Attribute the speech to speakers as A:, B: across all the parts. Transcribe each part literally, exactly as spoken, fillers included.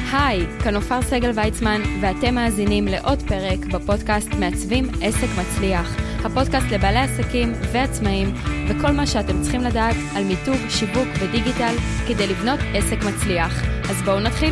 A: היי, כאן עופר סגל ויצמן, ואתם מאזינים לעוד פרק בפודקאסט מעצבים עסק מצליח. הפודקאסט לבעלי עסקים ועצמאים, וכל מה שאתם צריכים לדעת על מיתוג, שיווק ודיגיטל כדי לבנות עסק מצליח. אז בואו נתחיל.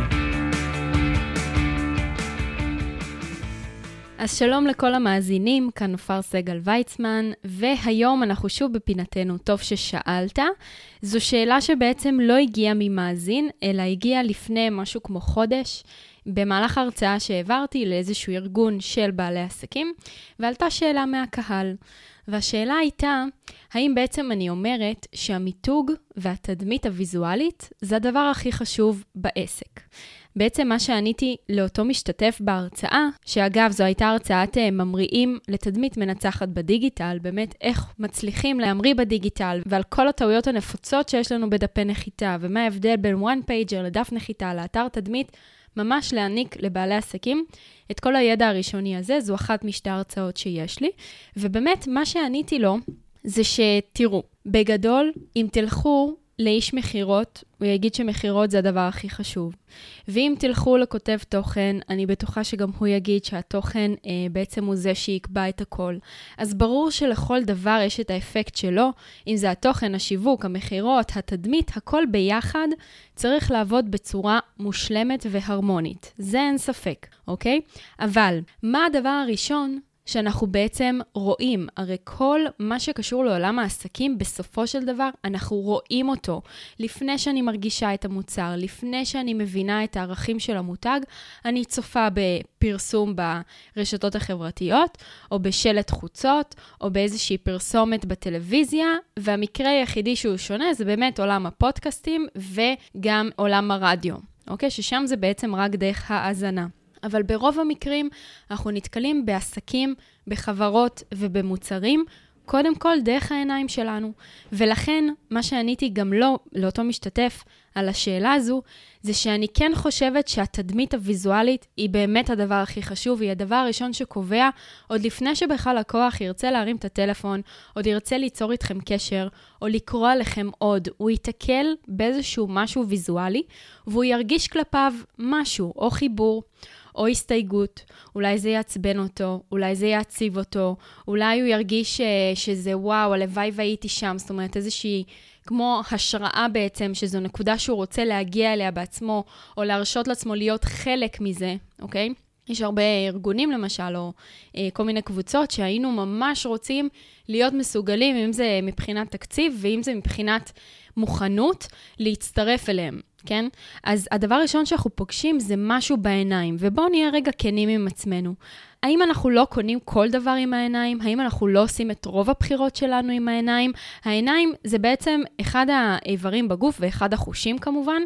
A: אז שלום לכל המאזינים, כאן עופר סגל ויצמן, והיום אנחנו שוב בפינתנו טוב ששאלת. זו שאלה שבעצם לא הגיעה ממאזין, אלא הגיעה לפני משהו כמו חודש, במהלך ההרצאה שהעברתי לאיזשהו ארגון של בעלי עסקים, ועלתה שאלה מהקהל. והשאלה הייתה, האם בעצם אני אומרת שהמיתוג והתדמית הוויזואלית זה הדבר הכי חשוב בעסק? בעצם מה שעניתי לאותו משתתף בהרצאה, שאגב זו הייתה הרצאת ממריאים לתדמית מנצחת בדיגיטל, באמת איך מצליחים להמריא בדיגיטל, ועל כל הטעויות הנפוצות שיש לנו בדפי נחיתה, ומה ההבדל בין one pager לדף נחיתה לאתר תדמית, ממש להעניק לבעלי עסקים את כל הידע הראשוני הזה, זו אחת משתי הרצאות שיש לי, ובאמת מה שעניתי לו זה שתראו, בגדול אם תלכו לאיש מחירות, הוא יגיד שמחירות זה הדבר הכי חשוב. ואם תלכו לכותב תוכן, אני בטוחה שגם הוא יגיד שהתוכן אה, בעצם הוא זה שיקבע את הכל. אז ברור שלכל דבר יש את האפקט שלו, אם זה התוכן, השיווק, המחירות, התדמית, הכל ביחד צריך לעבוד בצורה מושלמת והרמונית. זה אין ספק, אוקיי? אבל מה הדבר הראשון שאנחנו בעצם רואים? הרי כל מה שקשור לעולם העסקים, בסופו של דבר, אנחנו רואים אותו. לפני שאני מרגישה את המוצר, לפני שאני מבינה את הערכים של המותג, אני צופה בפרסום ברשתות החברתיות, או בשלט חוצות, או באיזושהי פרסומת בטלוויזיה, והמקרה היחידי שהוא שונה זה באמת עולם הפודקאסטים, וגם עולם הרדיו. אוקיי? ששם זה בעצם רק דרך האזנה. אבל ברוב המקרים אנחנו נתקלים בעסקים, בחברות ובמוצרים, קודם כל דרך העיניים שלנו. ולכן מה שעניתי גם לא, לאותו משתתף על השאלה הזו, זה שאני כן חושבת שהתדמית הוויזואלית היא באמת הדבר הכי חשוב, היא הדבר הראשון שקובע, עוד לפני שבכלל לקוח ירצה להרים את הטלפון, עוד ירצה ליצור איתכם קשר, או לקרוא עליכם עוד, הוא יתקל באיזשהו משהו ויזואלי, והוא ירגיש כלפיו משהו, או חיבור, או הסתייגות, אולי זה יעצבן אותו, אולי זה יעציב אותו, אולי הוא ירגיש שזה וואו, הלוואי והייתי שם, זאת אומרת איזושהי כמו השראה בעצם, שזו נקודה שהוא רוצה להגיע אליה בעצמו, או להרשות לעצמו להיות חלק מזה, אוקיי? יש הרבה ארגונים למשל, או אה, כל מיני קבוצות שהיינו ממש רוצים להיות מסוגלים, אם זה מבחינת תקציב, ואם זה מבחינת מוכנות, להצטרף אליהם. כן? אז הדבר הראשון שאנחנו פוגשים זה משהו בעיניים, ובואו נהיה רגע כנים עם עצמנו. האם אנחנו לא קונים כל דבר עם העיניים? האם אנחנו לא עושים את רוב הבחירות שלנו עם העיניים? העיניים זה בעצם אחד האיברים בגוף ואחד החושים כמובן,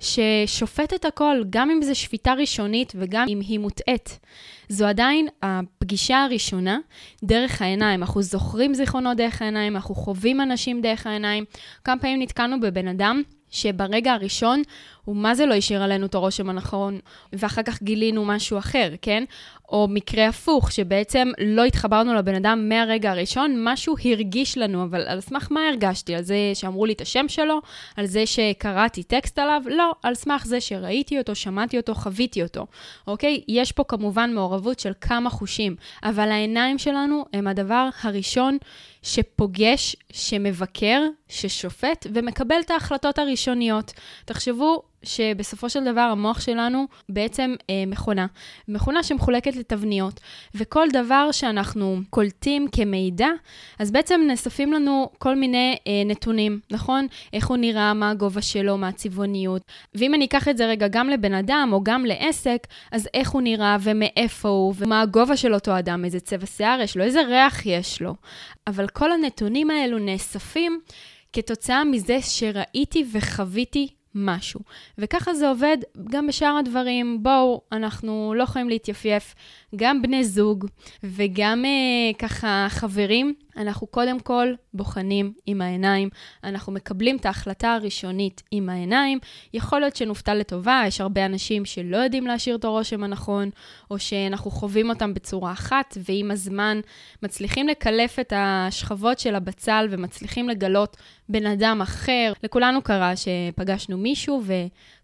A: ששופט את הכל, גם אם זה שפיטה ראשונית וגם אם היא מוטעת. זו עדיין הפגישה הראשונה דרך העיניים. אנחנו זוכרים זיכרונות דרך העיניים, אנחנו חווים אנשים דרך העיניים. כמה פעמים נתקלנו בבן אדם שברגע הראשון הוא מה זה לא השאיר עלינו את הרושם הנכון, ואחר כך גילינו משהו אחר, כן? או מקרה הפוך, שבעצם לא התחברנו לבן אדם מהרגע הראשון, משהו הרגיש לנו, אבל על סמך מה הרגשתי? על זה שאמרו לי את השם שלו? על זה שקראתי טקסט עליו? לא, על סמך זה שראיתי אותו, שמעתי אותו, חוויתי אותו. אוקיי? יש פה כמובן מעורבות של כמה חושים, אבל העיניים שלנו הם הדבר הראשון שפוגש, שמבקר, ששופט ומקבל את ההחלטות הראשוניות. תחשבו שבסופו של דבר המוח שלנו בעצם אה, מכונה. מכונה שמחולקת לתבניות, וכל דבר שאנחנו קולטים כמידע, אז בעצם נספים לנו כל מיני אה, נתונים, נכון? איך הוא נראה, מה הגובה שלו, מה הצבעוניות. ואם אני אקח את זה רגע גם לבן אדם או גם לעסק, אז איך הוא נראה ומאיפה הוא, ומה הגובה של אותו אדם, איזה צבע שיער יש לו, איזה ריח יש לו. אבל כל הנתונים האלו נאספים כתוצאה מזה שראיתי וחוויתי משהו. וככה זה עובד גם בשאר הדברים. בואו, אנחנו לא יכולים להתייפייף, גם בני זוג וגם אה, ככה חברים. אנחנו קודם כל בוחנים עם העיניים, אנחנו מקבלים את ההחלטה הראשונית עם העיניים. יכול להיות שנופתע לטובה, יש הרבה אנשים שלא יודעים להשאיר את הרושם הנכון, או שאנחנו חווים אותם בצורה אחת, ועם הזמן מצליחים לקלף את השכבות של הבצל, ומצליחים לגלות בן אדם אחר. לכולנו קרה שפגשנו מישהו,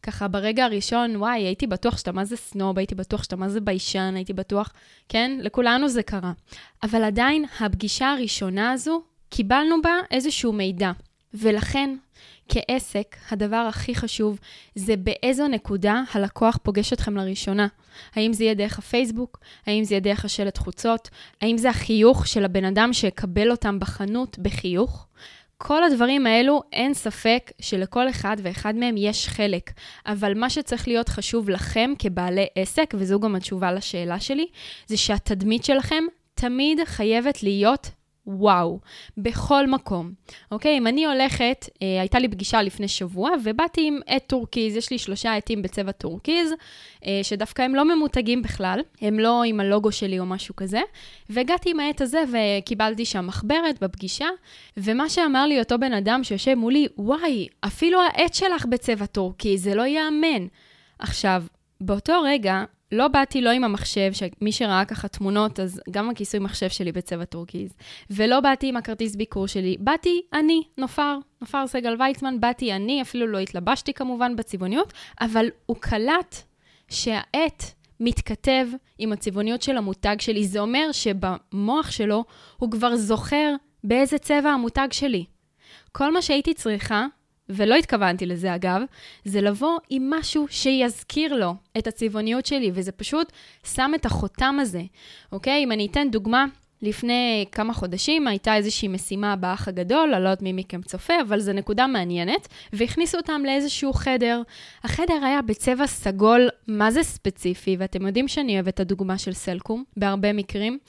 A: ככה ברגע הראשון, וואי, הייתי בטוח שאתה מה זה סנוב, הייתי בטוח שאתה מה זה ביישן, הייתי בטוח, כן? לכולנו זה קרה. אבל עדיין, הפגישה הראשונה הזו, קיבלנו בה איזשהו מידע. ולכן, כעסק, הדבר הכי חשוב זה באיזו נקודה הלקוח פוגש אתכם לראשונה. האם זה יהיה דרך הפייסבוק? האם זה יהיה דרך השלט חוצות? האם זה החיוך של הבן אדם שיקבל אותם בחנות בחיוך? כל הדברים האלו, אין ספק שלכל אחד ואחד מהם יש חלק. אבל מה שצריך להיות חשוב לכם כבעלי עסק, וזו גם התשובה לשאלה שלי, זה שהתדמית שלכם תמיד חייבת להיות וואו, בכל מקום. אוקיי, אם אני הולכת, אה, הייתה לי פגישה לפני שבוע, ובאתי עם עט טורקיז, יש לי שלושה עטים בצבע טורקיז, אה, שדווקא הם לא ממותגים בכלל, הם לא עם הלוגו שלי או משהו כזה, והגעתי עם העט הזה וקיבלתי שם מחברת בפגישה, ומה שאמר לי אותו בן אדם שיושב מולי, וואי, אפילו העט שלך בצבע טורקיז, זה לא יאמן. עכשיו, באותו רגע, לא באתי לא עם המחשב, שמי שראה ככה תמונות, אז גם הכיסוי מחשב שלי בצבע טורקיז. ולא באתי עם הכרטיס ביקור שלי. באתי אני, נופר, נופר סגל ויצמן, באתי אני, אפילו לא התלבשתי כמובן בצבעוניות, אבל הוא קלט שהעט מתכתב עם הצבעוניות של המותג שלי. זה אומר שבמוח שלו הוא כבר זוכר באיזה צבע המותג שלי. כל מה שהייתי צריכה, ולא התכוונתי לזה אגב, זה לבוא עם משהו שיזכיר לו את הצבעוניות שלי, וזה פשוט שם את החותם הזה, אוקיי? אם אני אתן דוגמה, לפני כמה חודשים הייתה איזושהי משימה באח הגדול, אני לא יודעת מי מכם צופה, אבל זו נקודה מעניינת, והכניסו אותם לאיזשהו חדר. החדר היה בצבע סגול, מה זה ספציפי, ואתם יודעים שאני אוהבת את הדוגמה של סלקום, בהרבה מקרים,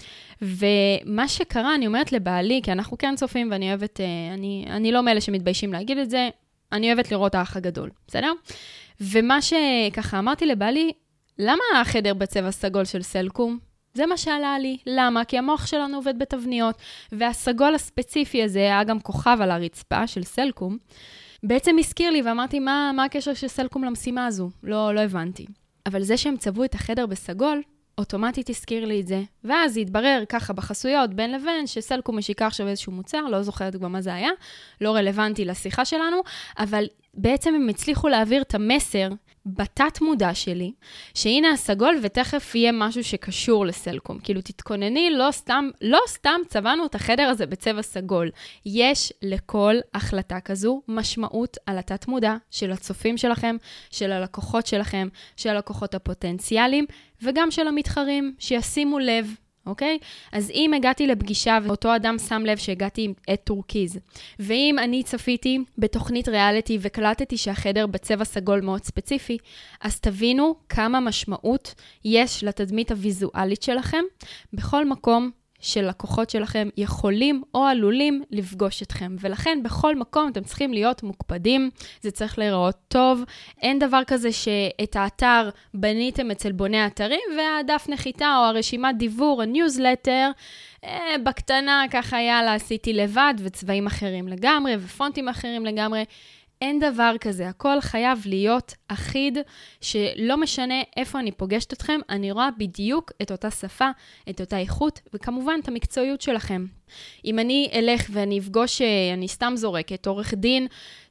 A: ומה שקרה, אני אומרת לבעלי, כי אנחנו כן צופים, ואני אוהבת, אני, אני לא מאלה שמתביישים להגיד את זה, אני אוהבת לראות האח הגדול, בסדר? ומה שככה אמרתי לבעלי, למה החדר בצבע סגול של סלקום? זה מה שעלה לי. למה? כי המוח שלנו עובד בתבניות, והסגול הספציפי הזה היה גם כוכב על הרצפה של סלקום, בעצם הזכיר לי ואמרתי, מה, מה הקשר של סלקום למשימה הזו? לא, לא הבנתי. אבל זה שהם צבעו את החדר בסגול, אוטומטית הזכיר לי את זה. ואז התברר ככה בחסויות בין לבין, שסלקום משיקה עכשיו איזשהו מוצר, לא זוכרת כבר מה זה היה, לא רלוונטי לשיחה שלנו, אבל בעצם הם הצליחו להעביר את המסר בתת מודע שלי, שהנה הסגול ותכף יהיה משהו שקשור לסלקום. כאילו תתכונני, לא סתם, לא סתם צבענו את החדר הזה בצבע סגול. יש לכל החלטה כזו משמעות על התת מודע של הצופים שלכם, של הלקוחות שלכם, של הלקוחות הפוטנציאליים, וגם של המתחרים, שישימו לב. אוקיי? אז אם הגעתי לפגישה ואותו אדם שם לב שהגעתי עם עט טורקיז, ואם אני צפיתי בתוכנית ריאליטי וקלטתי שהחדר בצבע סגול מאוד ספציפי, אז תבינו כמה משמעות יש לתדמית הוויזואלית שלכם בכל מקום שלקוחות שלכם יכולים או עלולים לפגוש אתכם. ולכן בכל מקום אתם צריכים להיות מוקפדים, זה צריך להיראות טוב. אין דבר כזה שאת האתר בניתם אצל בוני האתרים, והדף נחיתה או הרשימת דיבור, הניוזלטר, אה, בקטנה ככה יאללה עשיתי לבד, וצבעים אחרים לגמרי, ופונטים אחרים לגמרי. אין דבר כזה, הכל חייב להיות אחיד, שלא משנה איפה אני פוגשת אתכם, אני רואה בדיוק את אותה שפה, את אותה איכות, וכמובן את המקצועיות שלכם. אם אני אלך ואני אפגוש, אני סתם זורקת, עורך דין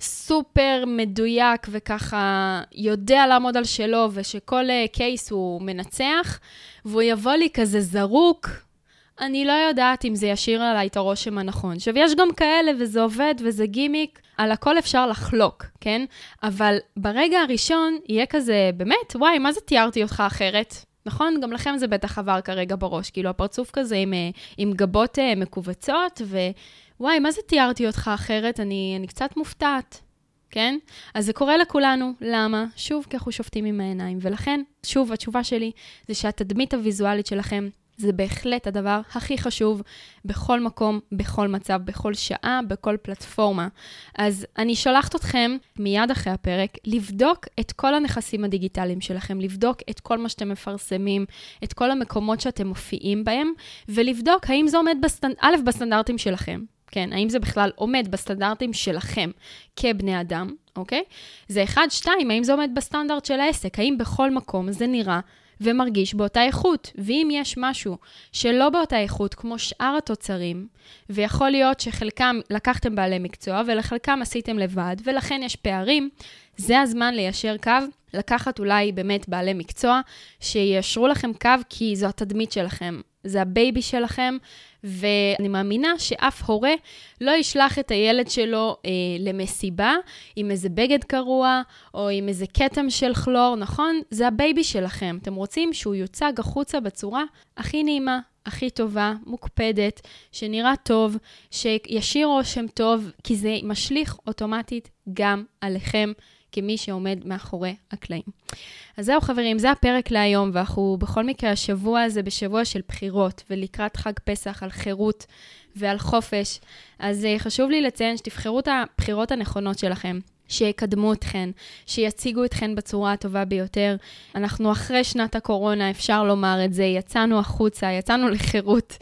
A: סופר מדויק וככה יודע לעמוד על שלו, ושכל קייס הוא מנצח, והוא יבוא לי כזה זרוק, אני לא יודעת אם זה ישאיר עליי את הרושם הנכון. עכשיו, יש גם כאלה וזה עובד וזה גימיק, על הכל אפשר לחלוק, כן? אבל ברגע הראשון יהיה כזה, באמת, וואי, מה זה תיארתי אותך אחרת? נכון? גם לכם זה בטח עבר כרגע בראש, כאילו הפרצוף כזה עם, עם גבות מקובצות, ווואי, מה זה תיארתי אותך אחרת? אני, אני קצת מופתעת. כן? אז זה קורה לכולנו. למה? שוב, כי אנחנו שופטים עם העיניים. ולכן, שוב, התשובה שלי זה שהתדמית הוויזואלית שלכם זה בהחלט הדבר הכי חשוב בכל מקום, בכל מצב, בכל שעה, בכל פלטפורמה. אז אני שולחת אתכם מיד אחרי הפרק לבדוק את כל הנכסים הדיגיטליים שלכם, לבדוק את כל מה שאתם מפרסמים, את כל המקומות שאתם מופיעים בהם, ולבדוק האם זה עומד בסטנד... א', בסטנדרטים שלכם. כן, האם זה בכלל עומד בסטנדרטים שלכם כבני אדם, אוקיי? זה אחד, שתיים, האם זה עומד בסטנדרט של העסק? האם בכל מקום זה נראה ומרגיש באותה איכות? ואם יש משהו שלא באותה איכות, כמו שאר התוצרים, ויכול להיות שחלקם לקחתם בעלי מקצוע, ולחלקם עשיתם לבד, ולכן יש פערים, זה הזמן ליישר קו, לקחת אולי באמת בעלי מקצוע, שישרו לכם קו כי זו התדמית שלכם, זה הבייבי שלכם, ואני מאמינה שאף הורה לא ישלח את הילד שלו אה, למסיבה עם איזה בגד קרוע, או עם איזה קטם של כלור, נכון? זה הבייבי שלכם. אתם רוצים שהוא יוצג החוצה בצורה הכי נעימה, הכי טובה, מוקפדת, שנראה טוב, שישיר רושם טוב, כי זה משליך אוטומטית גם עליכם, כמי שעומד מאחורי הקלעים. אז זהו חברים, זה הפרק להיום, ואנחנו בכל מקרה השבוע הזה בשבוע של בחירות, ולקראת חג פסח על חירות ועל חופש. אז חשוב לי לציין שתבחרו את הבחירות הנכונות שלכם, שיקדמו אתכן, שיציגו אתכן בצורה הטובה ביותר. אנחנו אחרי שנת הקורונה, אפשר לומר את זה, יצאנו החוצה, יצאנו לחירות,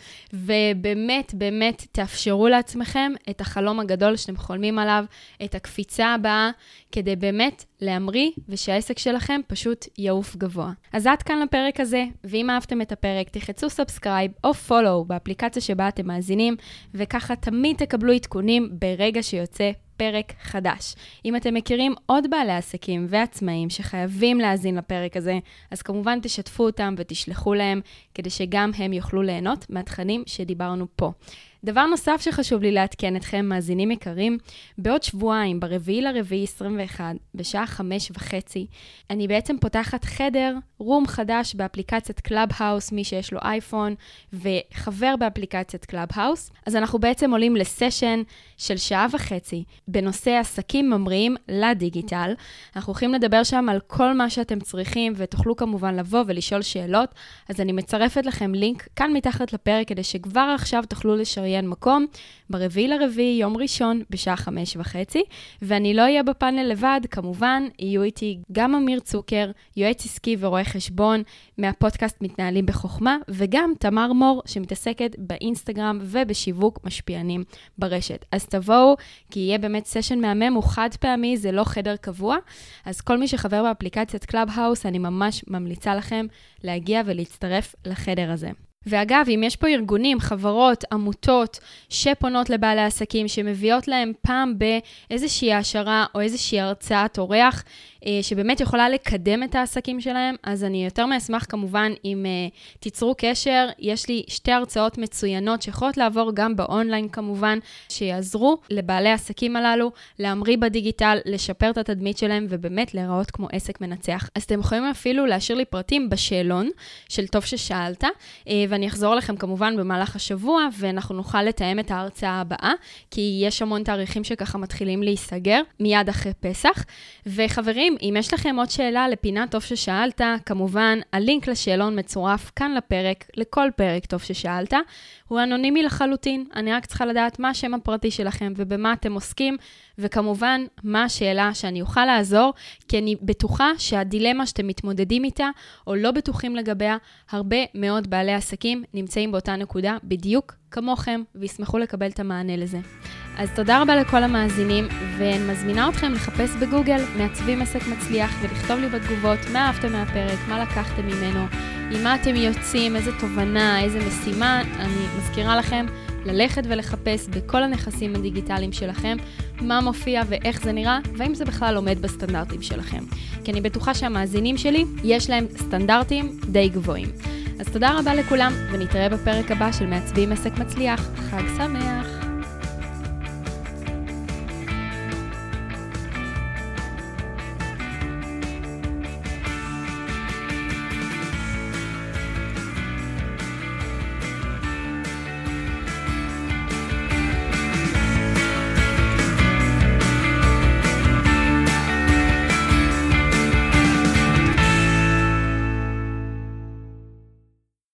A: ובאמת, באמת תאפשרו לעצמכם את החלום הגדול שאתם חולמים עליו, את הקפיצה הבאה, כדי באמת להמריא, ושהעסק שלכם פשוט יעוף גבוה. אז עד כאן לפרק הזה, ואם אהבתם את הפרק, תחצו סאבסקרייב או פולו באפליקציה שבה אתם מאזינים, וככה תמיד תקבלו עדכונים ברגע שיוצא פרק חדש. אם אתם מכירים עוד בעלי עסקים ועצמאים שחייבים להאזין לפרק הזה, אז כמובן תשתפו אותם ותשלחו להם, כדי שגם הם יוכלו ליהנות מהתכנים שדיברנו פה. דבר נוסף שחשוב לי לעדכן אתכם, מאזינים יקרים, בעוד שבועיים, ברביעי לרביעי עשרים ואחת, בשעה חמש וחצי, אני בעצם פותחת חדר, רום חדש באפליקציית קלאבהאוס, מי שיש לו אייפון, וחבר באפליקציית קלאבהאוס. אז אנחנו בעצם עולים לסשן של שעה וחצי, בנושא עסקים ממריאים לדיגיטל. אנחנו הולכים לדבר שם על כל מה שאתם צריכים, ותוכלו כמובן לבוא ולשאול שאלות. אז אני מצרפת לכם לינק כאן מתחת לפרק, כדי שכבר עכשיו תוכלו לשריין מקום, ברביעי לרביעי, יום ראשון, בשעה חמש וחצי, ואני לא אהיה בפאנל לבד, כמובן, יהיו איתי גם אמיר צוקר, יועץ עסקי ורואה חשבון, מהפודקאסט מתנהלים בחוכמה, וגם תמר מור, שמתעסקת באינסטגרם ובשיווק משפיענים ברשת. אז תבואו, כי יהיה באמת סשן מהמם, הוא חד פעמי, זה לא חדר קבוע, אז כל מי שחבר באפליקציית קלאבהאוס, אני ממש ממליצה לכם להגיע ולהצטרף לחדר הזה. ואגב, אם יש פה ארגונים, חברות, עמותות, שפונות לבעלי עסקים, שמביאות להם פעם באיזושהי העשרה או איזושהי הרצאת אורח, שבאמת יכולה לקדם את העסקים שלהם, אז אני יותר מאשמח כמובן אם uh, תיצרו קשר. יש לי שתי הרצאות מצוינות שיכולות לעבור גם באונליין כמובן, שיעזרו לבעלי העסקים הללו להמריא בדיגיטל, לשפר את התדמית שלהם ובאמת להיראות כמו עסק מנצח. אז אתם יכולים אפילו להשאיר לי פרטים בשאלון של טוב ששאלת, uh, ואני אחזור לכם כמובן במהלך השבוע, ואנחנו נוכל לתאם את ההרצאה הבאה, כי יש המון תאריכים שככה מתחילים להיסגר מיד אחרי פסח. וחברים, אם יש לכם עוד שאלה לפינה טוב ששאלת, כמובן, הלינק לשאלון מצורף כאן לפרק, לכל פרק טוב ששאלת, הוא אנונימי לחלוטין. אני רק צריכה לדעת מה השם הפרטי שלכם ובמה אתם עוסקים, וכמובן, מה השאלה שאני אוכל לעזור, כי אני בטוחה שהדילמה שאתם מתמודדים איתה, או לא בטוחים לגביה, הרבה מאוד בעלי עסקים נמצאים באותה נקודה בדיוק כמוכם, וישמחו לקבל את המענה לזה. אז תודה רבה לכל המאזינים, ואני מזמינה אתכם לחפש בגוגל מעצבים עסק מצליח, ולכתוב לי בתגובות מה אהבתם מהפרק, מה לקחתם ממנו, עם מה אתם יוצאים, איזה תובנה, איזה משימה. אני מזכירה לכם ללכת ולחפש בכל הנכסים הדיגיטליים שלכם, מה מופיע ואיך זה נראה, והאם זה בכלל עומד בסטנדרטים שלכם. כי אני בטוחה שהמאזינים שלי, יש להם סטנדרטים די גבוהים. אז תודה רבה לכולם, ונתראה בפרק הבא של מעצבים עסק מצליח. חג שמח!